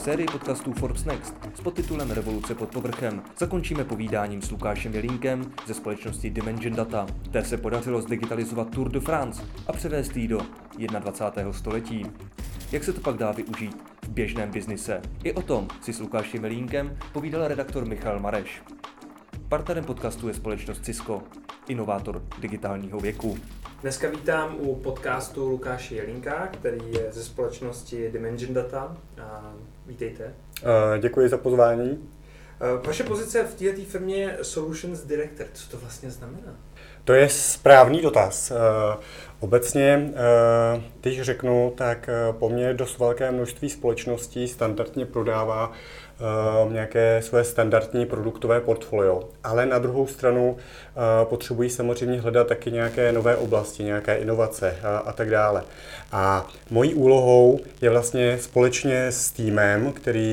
sérii podcastů Forbes Next s podtitulem Revoluce pod povrchem zakončíme povídáním s Lukášem Jelínkem ze společnosti Dimension Data, které se podařilo zdigitalizovat Tour de France a převést ji do 21. století. Jak se to pak dá využít v běžném biznise? I o tom si s Lukášem Jelínkem povídal redaktor Michal Mareš. Partnerem podcastu je společnost Cisco, inovátor digitálního věku. Dneska vítám u podcastu Lukáše Jelínka, který je ze společnosti Dimension Data. Vítejte. Děkuji za pozvání. Vaše pozice v této firmě je Solutions Director. Co to vlastně znamená? To je správný dotaz. Obecně, když řeknu, tak poměrně dost velké množství společností standardně prodává nějaké své standardní produktové portfolio. Ale na druhou stranu potřebují samozřejmě hledat taky nějaké nové oblasti, nějaké inovace a tak dále. A mojí úlohou je vlastně společně s týmem,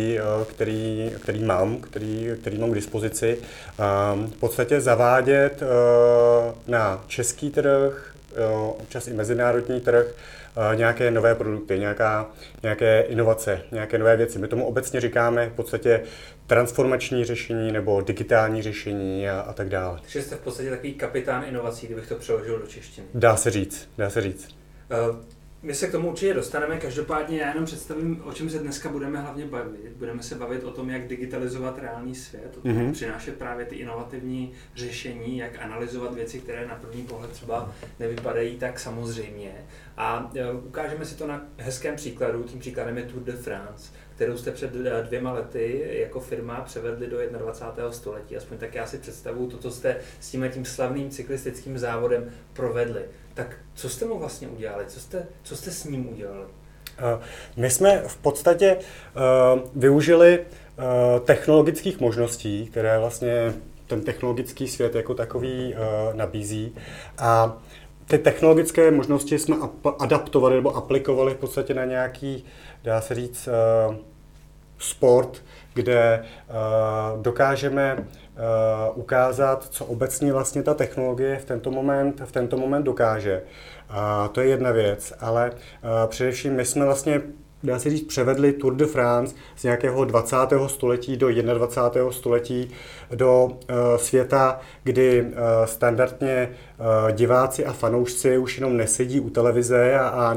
který mám k dispozici, v podstatě zavádět na český trh, občas i mezinárodní trh, nějaké nové produkty, nějaké inovace, nějaké nové věci. My tomu obecně říkáme v podstatě transformační řešení nebo digitální řešení a tak dále. Takže jste v podstatě takový kapitán inovací, kdybych to přeložil do češtiny. Dá se říct. My se k tomu určitě dostaneme, každopádně já jenom představím, o čem se dneska budeme hlavně bavit. Budeme se bavit o tom, jak digitalizovat reálný svět, o tom přinášet právě ty inovativní řešení, jak analyzovat věci, které na první pohled třeba nevypadají tak samozřejmě. A ukážeme si to na hezkém příkladu, tím příkladem je Tour de France, kterou jste před 2 lety jako firma převedli do 21. století. Aspoň tak já si představuju to, co jste s tím slavným cyklistickým závodem provedli. Tak co jste mu vlastně udělali? Co jste s ním udělali? My jsme v podstatě využili technologických možností, které vlastně ten technologický svět jako takový nabízí. A ty technologické možnosti jsme adaptovali nebo aplikovali v podstatě na nějaký, dá se říct, sport, kde dokážeme ukázat, co obecně vlastně ta technologie v tento moment dokáže. A to je jedna věc, ale především my jsme vlastně, dá se říct, převedli Tour de France z nějakého 20. století do 21. století do světa, kdy standardně diváci a fanoušci už jenom nesedí u televize a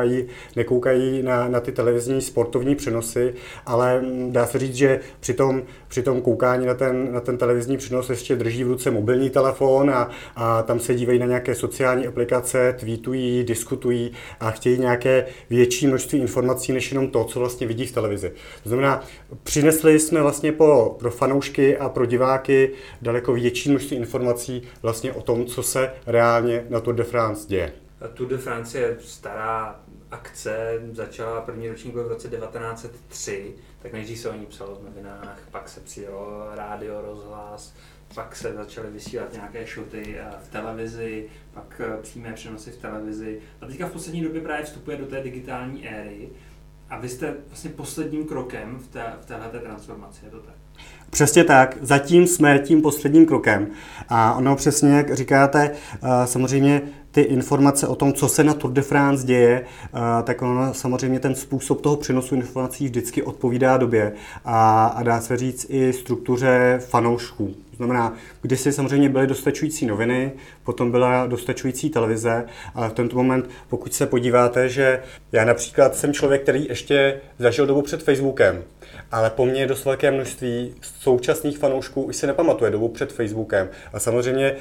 nekoukají na ty televizní sportovní přenosy, ale dá se říct, že při tom koukání na ten televizní přenos ještě drží v ruce mobilní telefon a tam se dívají na nějaké sociální aplikace, tweetují, diskutují a chtějí nějaké větší množství informací než jenom to, co vlastně vidí v televizi. To znamená, přinesli jsme vlastně pro fanoušky a pro diváky daleko větší množství informací vlastně o tom, co se reálně na Tour de France děje. Tour de France je stará akce, začala první ročník byl v roce 1903, tak nejdřív se o ní psalo v novinách, pak se přijelo rádio, rozhlas, pak se začaly vysílat nějaké šoty v televizi, pak přímé přenosy v televizi a teďka v poslední době právě vstupuje do té digitální éry a vy jste vlastně posledním krokem v téhleté transformaci, je to tak? Přesně tak, zatím jsme tím posledním krokem a ono přesně, jak říkáte, samozřejmě ty informace o tom, co se na Tour de France děje, tak ono samozřejmě ten způsob toho přenosu informací vždycky odpovídá době a dá se říct i struktuře fanoušků. To znamená, kdysi samozřejmě byly dostačující noviny, potom byla dostačující televize, ale v tento moment, pokud se podíváte, že já například jsem člověk, který ještě zažil dobu před Facebookem, ale po mně dost velké množství současných fanoušků už si nepamatuje dobu před Facebookem. A samozřejmě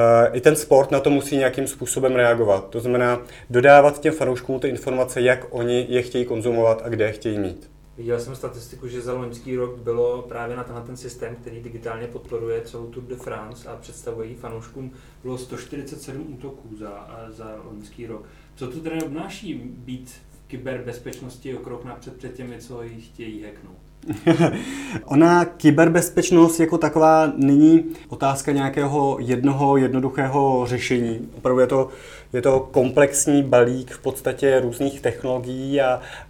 i ten sport na to musí nějakým způsobem reagovat. To znamená dodávat těm fanouškům ty informace, jak oni je chtějí konzumovat a kde je chtějí mít. Viděl jsem statistiku, že za loňský rok bylo právě na ten systém, který digitálně podporuje celou Tour de France a představují fanouškům, bylo 147 útoků za loňský rok. Co to tedy obnáší být v kyberbezpečnosti o krok napřed před těmi, co ji chtějí hacknout? Ona kyberbezpečnost jako taková není otázka nějakého jednoduchého řešení. Opravdu je to komplexní balík v podstatě různých technologií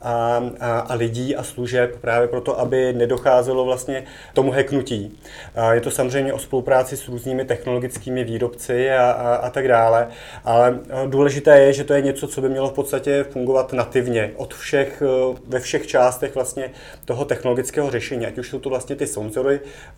a lidí a služeb právě proto, aby nedocházelo vlastně tomu hacknutí. Je to samozřejmě o spolupráci s různými technologickými výrobci a tak dále, ale důležité je, že to je něco, co by mělo v podstatě fungovat nativně ve všech částech vlastně toho technologického řešení, ať už jsou to vlastně ty senzory,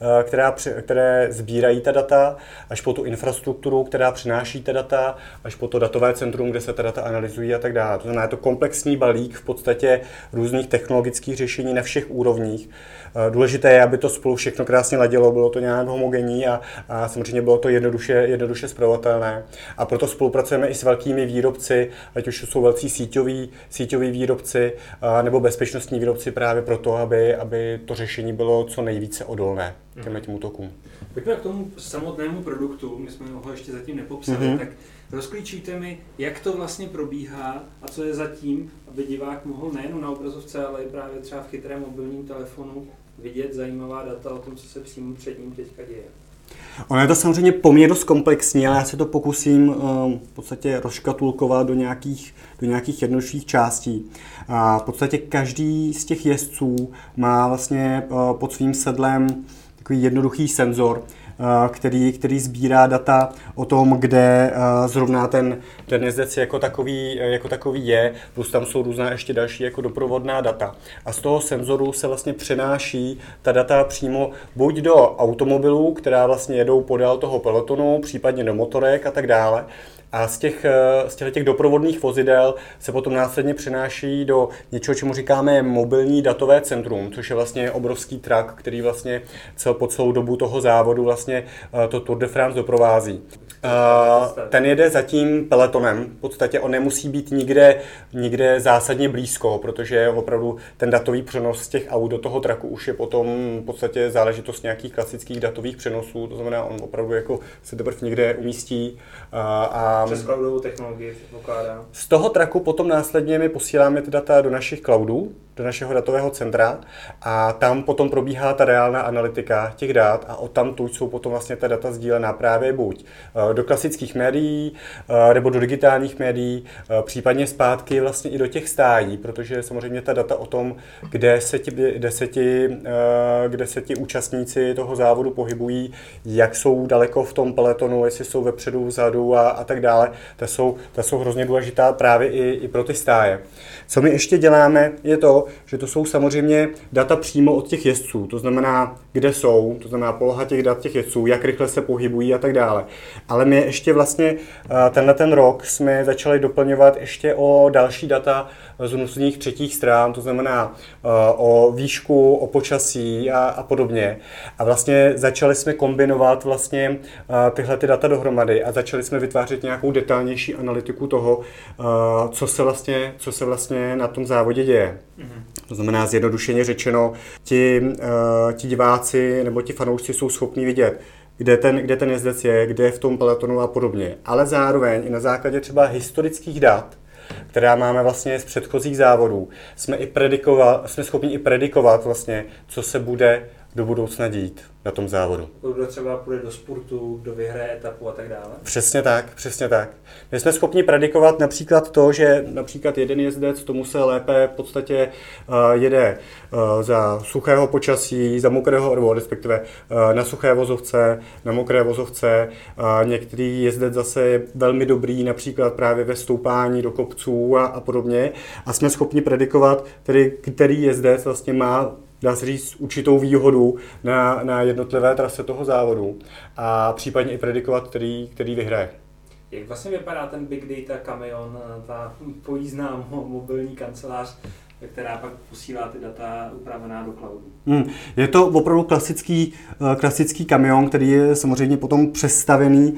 které sbírají ta data, až po tu infrastrukturu, která přináší ta data, až po to datové centrum, kde se ta data analyzují a tak dále. To znamená, je to komplexní balík v podstatě různých technologických řešení na všech úrovních. Důležité je, aby to spolu všechno krásně ladilo, bylo to nějak homogenní a samozřejmě bylo to jednoduše spravovatelné. A proto spolupracujeme i s velkými výrobci, ať už jsou velcí síťoví výrobci nebo bezpečnostní výrobci právě proto, aby to řešení bylo co nejvíce odolné těm útokům. Pojďme k tomu samotnému produktu, my jsme ho ještě zatím nepopsali, tak rozklíčujte mi, jak to vlastně probíhá a co je zatím, aby divák mohl nejenom na obrazovce, ale i právě třeba v chytrém mobilním telefonu vidět zajímavá data o tom, co se přímo před ním teďka děje. Ono je to samozřejmě poměrně dost komplexní, ale já se to pokusím v podstatě rozškatulkovat do nějakých jednodušších částí. A v podstatě každý z těch jezdců má vlastně pod svým sedlem takový jednoduchý senzor, který sbírá data o tom, kde zrovna ten jezdec jako takový je, plus tam jsou různá ještě další jako doprovodná data. A z toho senzoru se vlastně přenáší ta data přímo buď do automobilů, která vlastně jedou podél toho pelotonu, případně do motorek a tak dále. A z těch doprovodných vozidel se potom následně přenáší do něčeho, čemu říkáme mobilní datové centrum, což je vlastně obrovský truck, který vlastně po celou dobu toho závodu vlastně to Tour de France doprovází. Ten jede zatím peletonem, v podstatě on nemusí být nikde zásadně blízko, protože opravdu ten datový přenos z těch aut do toho trucku už je potom v podstatě záležitost nějakých klasických datových přenosů, to znamená, on opravdu jako se teprve někde umístí přes cloudovou technologii pokládá. Z toho trucku potom následně my posíláme ty data do našich cloudů, do našeho datového centra a tam potom probíhá ta reálná analytika těch dat a odtamtud jsou potom vlastně ta data sdílená právě buď do klasických médií nebo do digitálních médií, případně zpátky vlastně i do těch stájí, protože samozřejmě ta data o tom, kde se ti účastníci toho závodu pohybují, jak jsou daleko v tom peletonu, jestli jsou vepředu, vzadu a tak dále, ta jsou hrozně důležitá právě i pro ty stáje. Co my ještě děláme, je to, že to jsou samozřejmě data přímo od těch jezdců, to znamená, kde jsou, to znamená poloha těch dat těch jezdců, jak rychle se pohybují a tak dále. Ale my ještě vlastně ten rok jsme začali doplňovat ještě o další data z různých třetích stran, to znamená o výšku, o počasí a podobně. A vlastně začali jsme kombinovat vlastně tyhle ty data dohromady a začali jsme vytvářet nějakou detailnější analytiku toho, co se vlastně na tom závodě děje. To znamená, zjednodušeně řečeno, ti diváci nebo ti fanoušci jsou schopni vidět, kde ten jezdec je, kde je v tom pelotonu a podobně. Ale zároveň i na základě třeba historických dat, která máme vlastně z předchozích závodů, jsme schopni i predikovat vlastně, co se bude do budoucna dít na tom závodu. Kdo třeba půjde do spurtu, kdo vyhraje etapu a tak dále? Přesně tak. My jsme schopni predikovat například to, že například jeden jezdec tomu se lépe v podstatě jede za suchého počasí, za mokrého, nebo respektive na suché vozovce, na mokré vozovce. Některý jezdec zase je velmi dobrý například právě ve stoupání do kopců a podobně. A jsme schopni predikovat, tedy který jezdec vlastně má, dá se říct, určitou výhodu na jednotlivé trase toho závodu a případně i predikovat, který vyhraje. Jak vlastně vypadá ten Big Data kamion, ta pojízdná mobilní kancelář, která pak posílá ty data upravená do cloudu? Je to opravdu klasický kamion, který je samozřejmě potom přestavený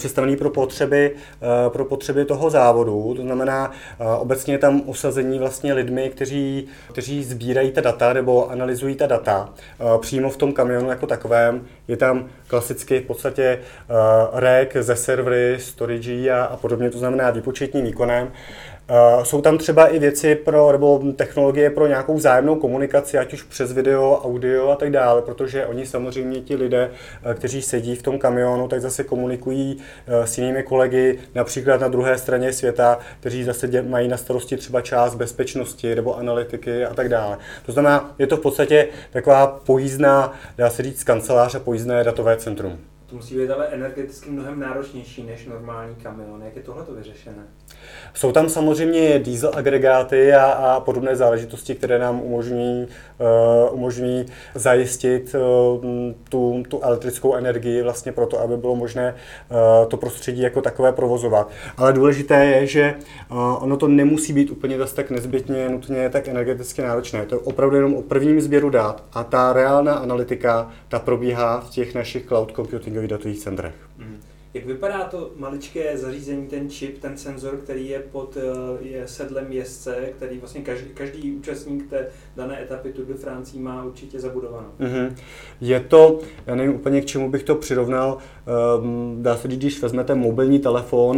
pro potřeby toho závodu. To znamená, obecně je tam osazení vlastně lidmi, kteří sbírají ta data nebo analyzují ta data přímo v tom kamionu jako takovém. Je tam klasicky v podstatě rack ze servery, storage a podobně, to znamená výpočetním výkonem. Jsou tam třeba i věci nebo technologie pro nějakou vzájemnou komunikaci, ať už přes video, audio a tak dále, protože oni samozřejmě ti lidé, kteří sedí v tom kamionu, tak zase komunikují s jinými kolegy, například na druhé straně světa, kteří zase mají na starosti třeba část bezpečnosti nebo analytiky a tak dále. To znamená, je to v podstatě taková pojízdná, dá se říct, kancelář a pojízdné datové centrum. To musí být ale energeticky mnohem náročnější než normální kamion. Jak je tohleto vyřešené? Jsou tam samozřejmě diesel agregáty a podobné záležitosti, které nám umožní zajistit tu elektrickou energii vlastně proto, aby bylo možné to prostředí jako takové provozovat. Ale důležité je, že ono to nemusí být úplně zase tak nezbytně nutně tak energeticky náročné. To je opravdu jenom o prvním sběru dat a ta reálná analytika, ta probíhá v těch našich cloud computingových datových centrech. Jak vypadá to maličké zařízení, ten čip, ten senzor, který je pod sedlem jezdce, který vlastně každý účastník té dané etapy Tour de France má určitě zabudovanou? Je to, já nevím úplně k čemu bych to přirovnal, dá se říct, když vezmete mobilní telefon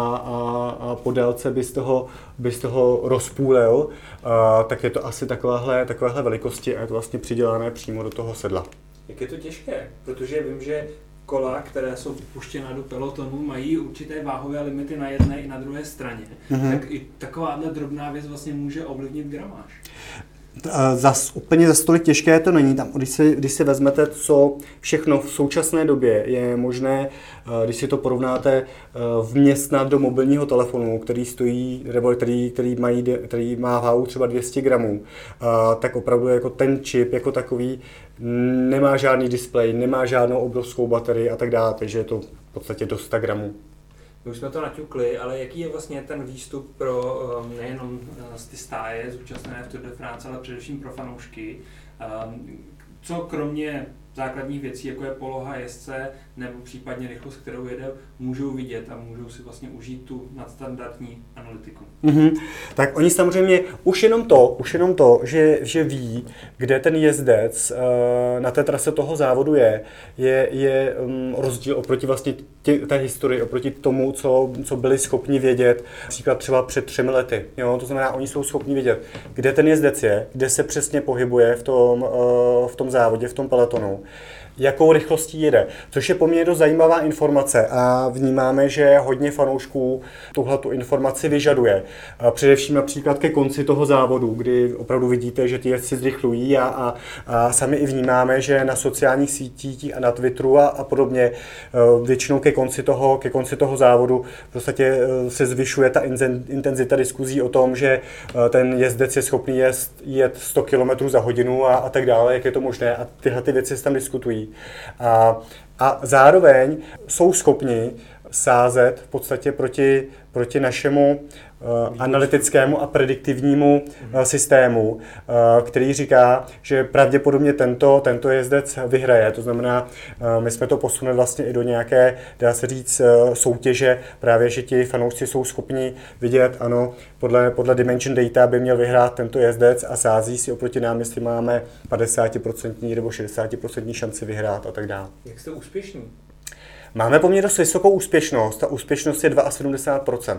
a po délce bys toho rozpůlil, tak je to asi takovéhle velikosti a je to vlastně přidělané přímo do toho sedla. Jak je to těžké? Protože vím, že kola, které jsou puštěna do pelotonu, mají určité váhové limity na jedné i na druhé straně. Tak i takováhle drobná věc vlastně může ovlivnit gramáž. Úplně zas tolik těžké to není. Tam, když si vezmete, co všechno v současné době je možné, když si to porovnáte vměstnat do mobilního telefonu, který stojí, nebo který má váhu třeba 200 gramů, tak opravdu jako ten čip jako takový nemá žádný displej, nemá žádnou obrovskou baterii a tak dále, takže je to v podstatě do 100 gramů. My už jsme to naťukli, ale jaký je vlastně ten výstup pro nejenom z ty stáje zúčastněné v Tour de France, ale především pro fanoušky? Co kromě základních věcí, jako je poloha jezdce nebo případně rychlost, kterou jede, můžou vidět a můžou si vlastně užít tu nadstandardní analytiku? Tak oni samozřejmě už jenom to, že ví, kde ten jezdec na té trase toho závodu je rozdíl oproti vlastně té historii, oproti tomu, co byli schopni vědět, například třeba před 3 lety. Jo? To znamená, oni jsou schopni vědět, kde ten jezdec je, kde se přesně pohybuje v tom závodě, v tom pelotonu, jakou rychlostí jede, což je poměrně dost zajímavá informace a vnímáme, že hodně fanoušků tuhletu informaci vyžaduje. Především například ke konci toho závodu, kdy opravdu vidíte, že ty jezdci zrychlují a sami i vnímáme, že na sociálních sítích a na Twitteru a podobně většinou ke konci toho závodu v podstatě se zvyšuje ta intenzita diskuzí o tom, že ten jezdec je schopný jet 100 km za hodinu a tak dále, jak je to možné a tyhle ty věci se tam diskutují. A zároveň jsou schopni sázet v podstatě proti našemu analytickému a prediktivnímu systému, který říká, že pravděpodobně tento jezdec vyhraje. To znamená, my jsme to posunuli vlastně i do nějaké, dá se říct, soutěže, právě, že ti fanoušci jsou schopni vidět, ano, podle Dimension Data by měl vyhrát tento jezdec a sází si oproti nám, jestli máme 50% nebo 60% šanci vyhrát a tak dále. Jak jste úspěšní? Máme poměrně dost vysokou úspěšnost. Ta úspěšnost je 72%.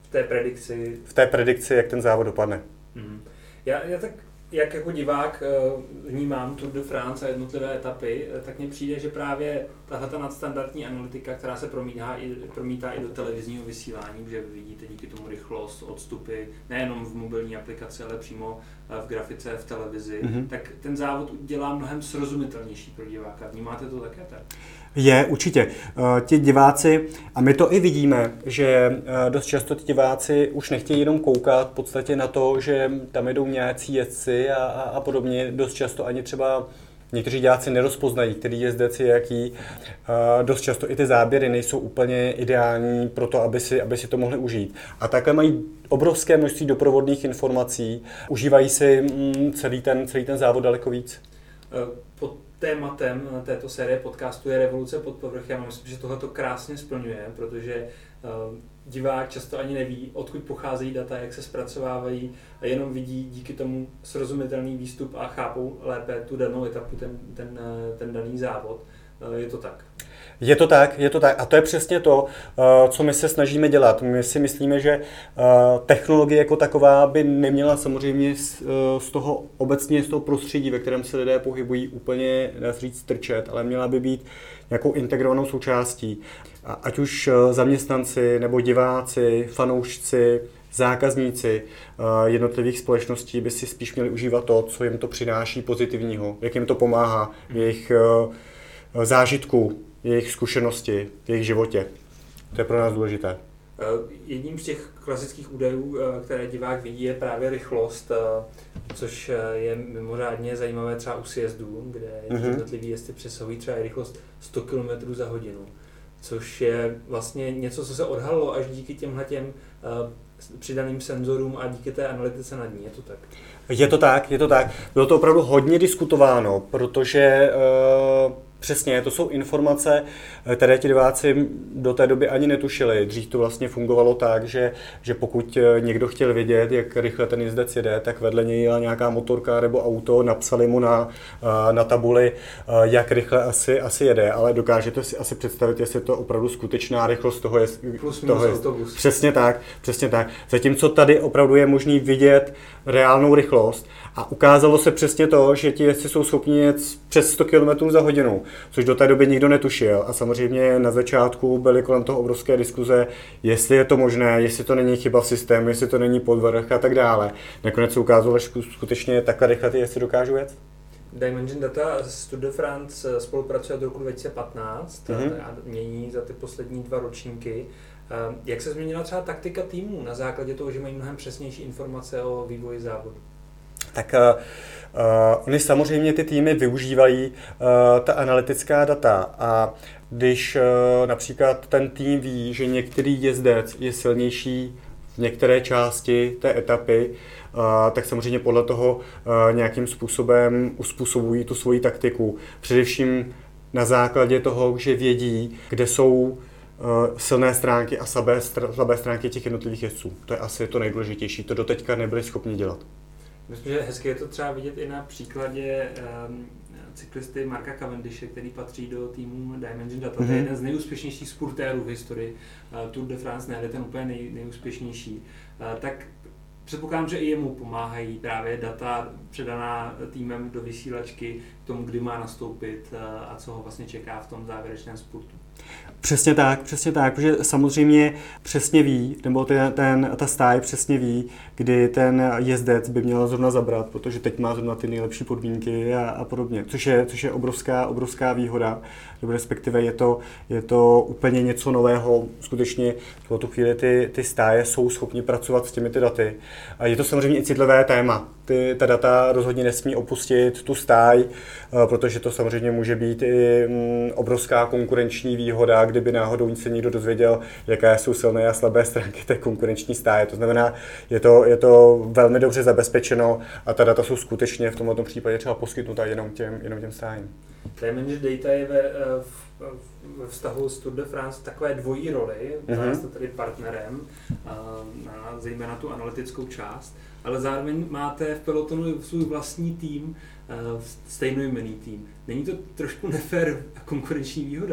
V té predikci, jak ten závod dopadne. Já tak, jak jako divák vnímám Tour de France a jednotlivé etapy, tak mně přijde, že právě tahle nadstandardní analytika, která se promítá i do televizního vysílání, že vidíte díky tomu rychlost, odstupy, nejenom v mobilní aplikaci, ale přímo v grafice v televizi, tak ten závod dělá mnohem srozumitelnější pro diváka. Vnímáte to také tak? Je, určitě. Ti diváci, a my to i vidíme, že dost často ti diváci už nechtějí jenom koukat v podstatě na to, že tam jedou nějací jezdci a podobně. Dost často ani třeba někteří diváci nerozpoznají, který jezdec je jaký. Dost často i ty záběry nejsou úplně ideální pro to, aby si to mohli užít. A takhle mají obrovské množství doprovodných informací. Užívají si celý ten závod daleko víc. Pod tématem této série podcastu je revoluce pod povrchem a myslím, že tohle to krásně splňuje, protože divák často ani neví, odkud pocházejí data, jak se zpracovávají a jenom vidí díky tomu srozumitelný výstup a chápou lépe tu danou etapu, ten daný závod. Je to tak? Je to tak. A to je přesně to, co my se snažíme dělat. My si myslíme, že technologie jako taková by neměla samozřejmě z toho obecně, z toho prostředí, ve kterém se lidé pohybují, úplně, dá se říct, strčet, ale měla by být nějakou integrovanou součástí. Ať už zaměstnanci, nebo diváci, fanoušci, zákazníci jednotlivých společností by si spíš měli užívat to, co jim to přináší pozitivního, jak jim to pomáhá v jejich zážitku, jejich zkušenosti, v jejich životě. To je pro nás důležité. Jedním z těch klasických údajů, které divák vidí, je právě rychlost, což je mimořádně zajímavé třeba u sjezdů, kde jednotliví jezdci přesahují třeba rychlost 100 km za hodinu, což je vlastně něco, co se odhalilo až díky těmhletěm přidaným senzorům a díky té analytice nad ní. Je to tak? Je to tak. Bylo to opravdu hodně diskutováno, protože přesně, to jsou informace, které ti diváci do té doby ani netušili. Dřív to vlastně fungovalo tak, že pokud někdo chtěl vědět, jak rychle ten jezdec jede, tak vedle něj jela nějaká motorka nebo auto, napsali mu na tabuli, jak rychle asi jede, ale dokážete si asi představit, jestli to opravdu skutečná rychlost toho je. Plus minus autobus. Přesně tak. Zatímco tady opravdu je možný vidět reálnou rychlost a ukázalo se přesně to, že ti jezdci jsou schopni jet přes 100 km za hodinu, což do té doby nikdo netušil. A samozřejmě na začátku byly kolem toho obrovské diskuze, jestli je to možné, jestli to není chyba v systému, jestli to není podvrh a tak dále. Nakonec se ukázalo, že skutečně takhle rychle ty jezdci dokážou jet. Dimension Data s Tour de France spolupracuje od roku 2015 a mění za ty poslední 2 ročníky. Jak se změnila třeba taktika týmů na základě toho, že mají mnohem přesnější informace o vývoji závodu? Tak oni samozřejmě ty týmy využívají ta analytická data a když například ten tým ví, že některý jezdec je silnější v některé části té etapy, tak samozřejmě podle toho nějakým způsobem uspůsobují tu svoji taktiku. Především na základě toho, že vědí, kde jsou silné stránky a slabé stránky těch jednotlivých jezdců. To je asi to nejdůležitější. To doteďka nebyli schopni dělat. Myslím, že hezky je to třeba vidět i na příkladě cyklisty Marka Cavendishe, který patří do týmu Dimension Data. To je jeden z nejúspěšnějších spurtérů v historii Tour de France, ne ten úplně nejúspěšnější. Tak předpokládám, že i jemu pomáhají právě data předaná týmem do vysílačky k tomu, kdy má nastoupit a co ho vlastně čeká v tom závěrečném spurtu. Přesně tak, protože samozřejmě přesně ví, nebo ta stáj přesně ví, kdy ten jezdec by měl zrovna zabrat, protože teď má zrovna ty nejlepší podmínky a podobně, což je obrovská výhoda, nebo respektive je to úplně něco nového, skutečně v tuto chvíli ty stáje jsou schopni pracovat s těmi daty. A je to samozřejmě i citlivé téma. Ta data rozhodně nesmí opustit tu stáj, protože to samozřejmě může být i obrovská konkurenční výhoda, kdyby náhodou se někdo dozvěděl, jaké jsou silné a slabé stránky té konkurenční stáje. To znamená, je to velmi dobře zabezpečeno a ta data jsou skutečně v tomto případě třeba poskytnutá jenom těm stájím. Dimension Data je ve vztahu s Tour de France takové dvojí roli, jste tady partnerem, zejména tu analytickou část, ale zároveň máte v pelotonu svůj vlastní tým, stejnojmenný tým. Není to trošku nefér a konkurenční výhoda?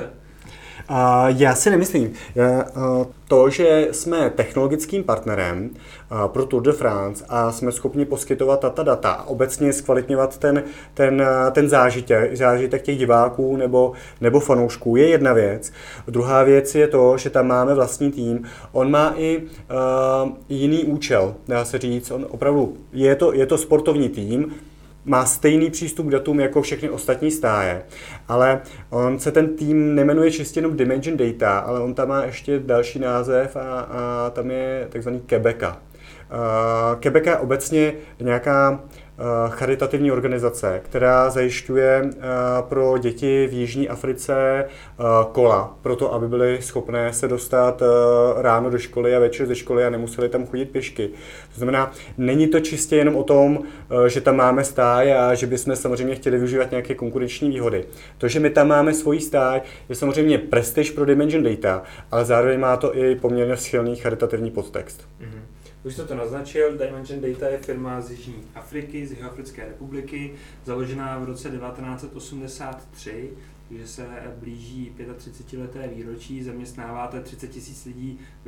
Já si nemyslím. To, že jsme technologickým partnerem pro Tour de France a jsme schopni poskytovat ta data a obecně zkvalitňovat ten zážitek těch diváků nebo fanoušků je jedna věc. Druhá věc je to, že tam máme vlastní tým. On má i jiný účel, dá se říct. On opravdu je to sportovní tým, má stejný přístup k datům jako všechny ostatní stáje, ale on se ten tým nemenuje čistě jenom Dimension Data, ale on tam má ještě další název a tam je takzvaný Quebeca. Quebeca je obecně nějaká charitativní organizace, která zajišťuje pro děti v Jižní Africe kola, proto aby byly schopné se dostat ráno do školy a večer ze školy a nemuseli tam chodit pěšky. To znamená, není to čistě jenom o tom, že tam máme stáj a že bychom samozřejmě chtěli využívat nějaké konkurenční výhody. To, že my tam máme svoji stáj, je samozřejmě prestiž pro Dimension Data, ale zároveň má to i poměrně silný charitativní podtext. Už jste to naznačil, Dimension Data je firma z Jižní Afriky, z Jihoafrické republiky, založená v roce 1983. že se blíží 35leté výročí, zaměstnáváte 30 000 lidí ve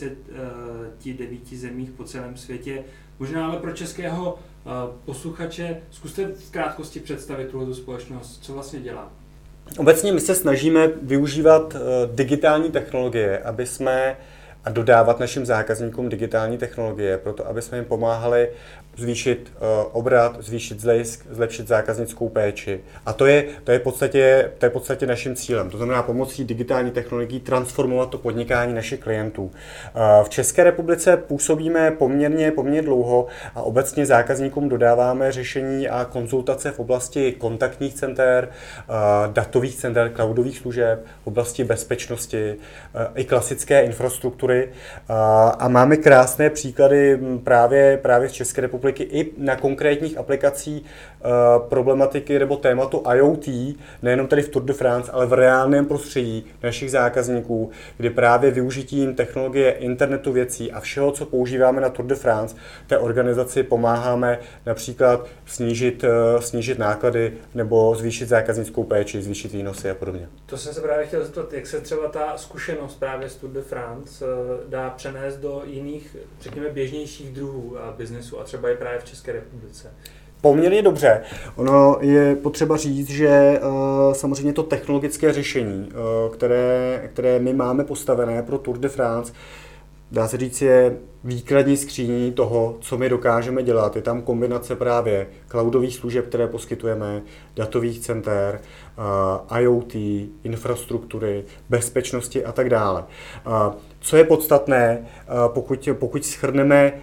49 zemích po celém světě. Možná ale pro českého posluchače zkuste v krátkosti představit tuhle společnost, co vlastně dělá. Obecně my se snažíme využívat digitální technologie, aby jsme a dodávat našim zákazníkům digitální technologie, proto aby jsme jim pomáhali zvýšit obrat, zvýšit zisk, zlepšit zákaznickou péči. A to je v podstatě naším cílem. To znamená pomocí digitální technologií transformovat to podnikání našich klientů. V České republice působíme poměrně dlouho a obecně zákazníkům dodáváme řešení a konzultace v oblasti kontaktních center, datových center, cloudových služeb, v oblasti bezpečnosti i klasické infrastruktury. A máme krásné příklady právě z České republiky i na konkrétních aplikacích problematiky nebo tématu IoT, nejenom tady v Tour de France, ale v reálném prostředí našich zákazníků, kdy právě využitím technologie internetu věcí a všeho, co používáme na Tour de France, té organizaci pomáháme například snížit náklady nebo zvýšit zákaznickou péči, zvýšit výnosy a podobně. To jsem se právě chtěl zeptat, jak se třeba ta zkušenost právě z Tour de France dá přenést do jiných, řekněme, běžnějších druhů biznesu a třeba i právě v České republice. Poměrně dobře. Ono je potřeba říct, že samozřejmě to technologické řešení, které my máme postavené pro Tour de France, dá se říct, je výkladní skříní toho, co my dokážeme dělat. Je tam kombinace právě cloudových služeb, které poskytujeme, datových center, IoT, infrastruktury, bezpečnosti a tak dále. Co je podstatné, pokud shrneme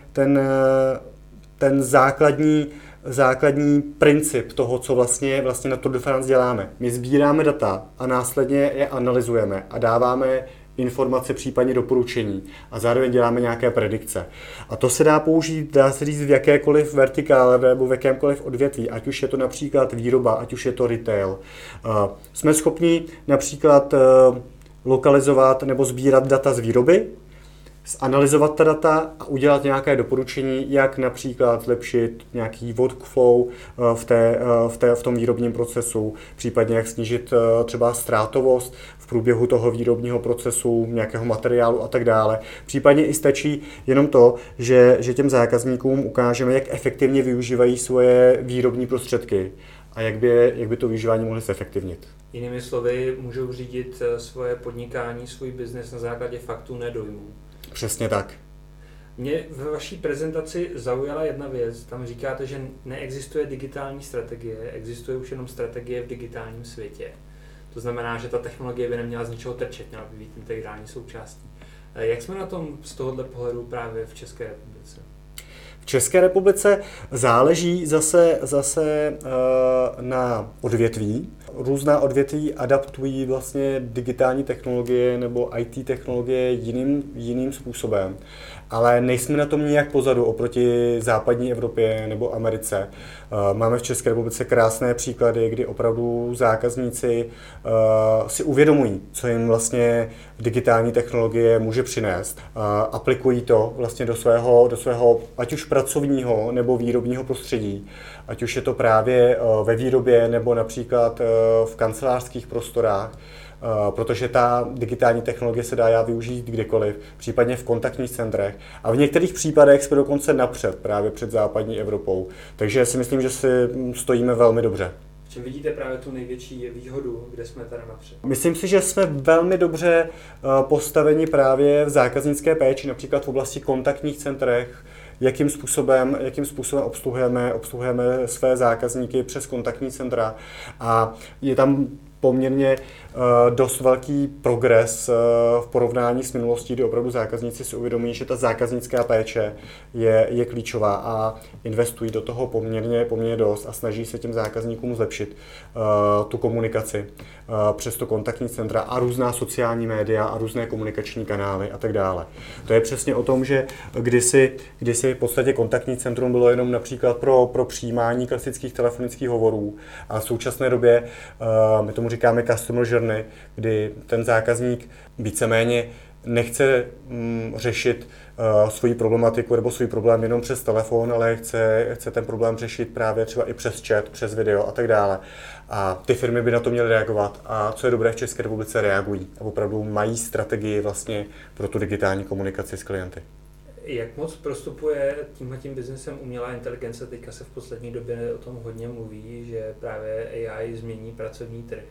ten základní princip toho, co vlastně na Tour de France děláme. My sbíráme data a následně je analyzujeme a dáváme informace, případně doporučení a zároveň děláme nějaké predikce. A to se dá použít, dá se říct, v jakékoliv vertikále nebo v jakémkoliv odvětví, ať už je to například výroba, ať už je to retail. Jsme schopni například lokalizovat nebo sbírat data z výroby, zanalyzovat ta data a udělat nějaké doporučení, jak například zlepšit nějaký workflow v tom výrobním procesu, případně jak snížit třeba ztrátovost v průběhu toho výrobního procesu, nějakého materiálu a tak dále. Případně i stačí jenom to, že těm zákazníkům ukážeme, jak efektivně využívají svoje výrobní prostředky a jak by to využívání mohli zefektivnit. Jinými slovy, můžou řídit svoje podnikání, svůj biznes na základě faktů, ne dojmů. Přesně tak. Mě ve vaší prezentaci zaujala jedna věc. Tam říkáte, že neexistuje digitální strategie, existuje už jenom strategie v digitálním světě. To znamená, že ta technologie by neměla z ničeho trčet, měla by být integrální součástí. Jak jsme na tom z tohohle pohledu právě v České republice? V České republice záleží zase na odvětví. Různá odvětví adaptují vlastně digitální technologie nebo IT technologie jiným způsobem. Ale nejsme na tom nijak pozadu oproti západní Evropě nebo Americe. Máme v České republice krásné příklady, kdy opravdu zákazníci si uvědomují, co jim vlastně digitální technologie může přinést. Aplikují to vlastně do svého ať už pracovního nebo výrobního prostředí. Ať už je to právě ve výrobě nebo například v kancelářských prostorách. Protože ta digitální technologie se dá využít kdekoliv, případně v kontaktních centrech. A v některých případech jsme dokonce napřed, právě před západní Evropou. Takže si myslím, že si stojíme velmi dobře. V čem vidíte právě tu největší výhodu, kde jsme teda napřed? Myslím si, že jsme velmi dobře postaveni právě v zákaznické péči, například v oblasti kontaktních centrech, jakým způsobem obsluhujeme své zákazníky přes kontaktní centra. A je tam poměrně dost velký progres v porovnání s minulostí, kdy opravdu zákazníci si uvědomují, že ta zákaznická péče je klíčová a investují do toho poměrně dost a snaží se těm zákazníkům zlepšit tu komunikaci přes to kontaktní centra a různá sociální média a různé komunikační kanály a tak dále. To je přesně o tom, že kdysi v podstatě kontaktní centrum bylo jenom například pro přijímání klasických telefonických hovorů a v současné době my tomu říkáme customer journey, kdy ten zákazník víceméně nechce řešit svoji problematiku nebo svůj problém jenom přes telefon, ale chce ten problém řešit právě třeba i přes chat, přes video a tak dále. A ty firmy by na to měly reagovat. A co je dobré, v České republice reagují a opravdu mají strategii vlastně pro tu digitální komunikaci s klienty. Jak moc prostupuje tímhletím biznesem umělá inteligence? Teďka se v poslední době o tom hodně mluví, že právě AI změní pracovní trh.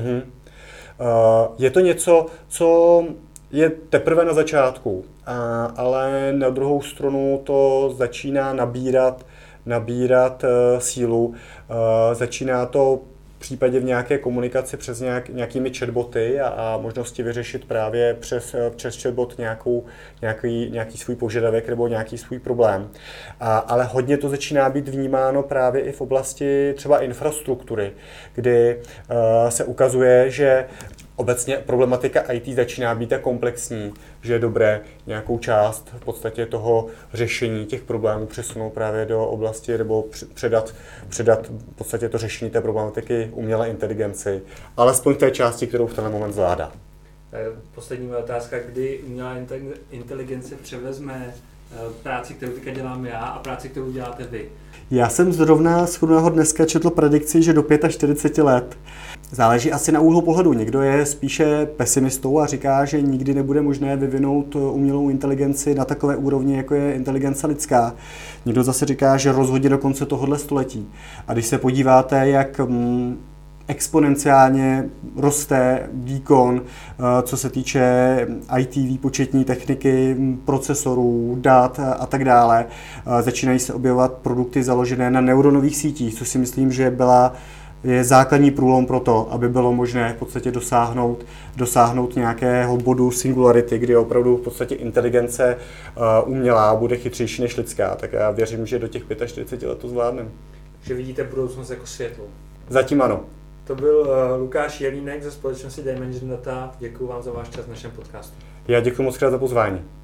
Je to něco, co je teprve na začátku, ale na druhou stranu to začíná nabírat sílu. Začíná to v případě v nějaké komunikaci přes nějakými chatboty a možnosti vyřešit právě přes chatbot nějaký svůj požadavek nebo nějaký svůj problém. Ale hodně to začíná být vnímáno právě i v oblasti třeba infrastruktury, kdy se ukazuje, že obecně problematika IT začíná být tak komplexní, že je dobré nějakou část v podstatě toho řešení těch problémů přesunout právě do oblasti nebo předat v podstatě to řešení té problematiky umělé inteligenci, alespoň v té části, kterou v ten moment zvládá. Poslední otázka, kdy umělá inteligence převezme práci, kterou teďka dělám já a práci, kterou děláte vy? Já jsem zrovna dneska četl predikci, že do 45 let. Záleží asi na úhlu pohledu. Někdo je spíše pesimistou a říká, že nikdy nebude možné vyvinout umělou inteligenci na takové úrovni, jako je inteligence lidská. Někdo zase říká, že rozhodně do konce tohohle století. A když se podíváte, jak exponenciálně roste výkon, co se týče IT, výpočetní techniky, procesorů, dat a tak dále. Začínají se objevovat produkty založené na neuronových sítích, což si myslím, že je základní průlom pro to, aby bylo možné v podstatě dosáhnout nějakého bodu singularity, kdy opravdu v podstatě inteligence umělá bude chytřejší než lidská. Tak já věřím, že do těch 45 let to zvládneme. Že vidíte budoucnost jako světlou. Zatím ano. To byl Lukáš Jelínek ze společnosti Dimension Data. Děkuji vám za váš čas v našem podcastu. Já děkuji moc krát za pozvání.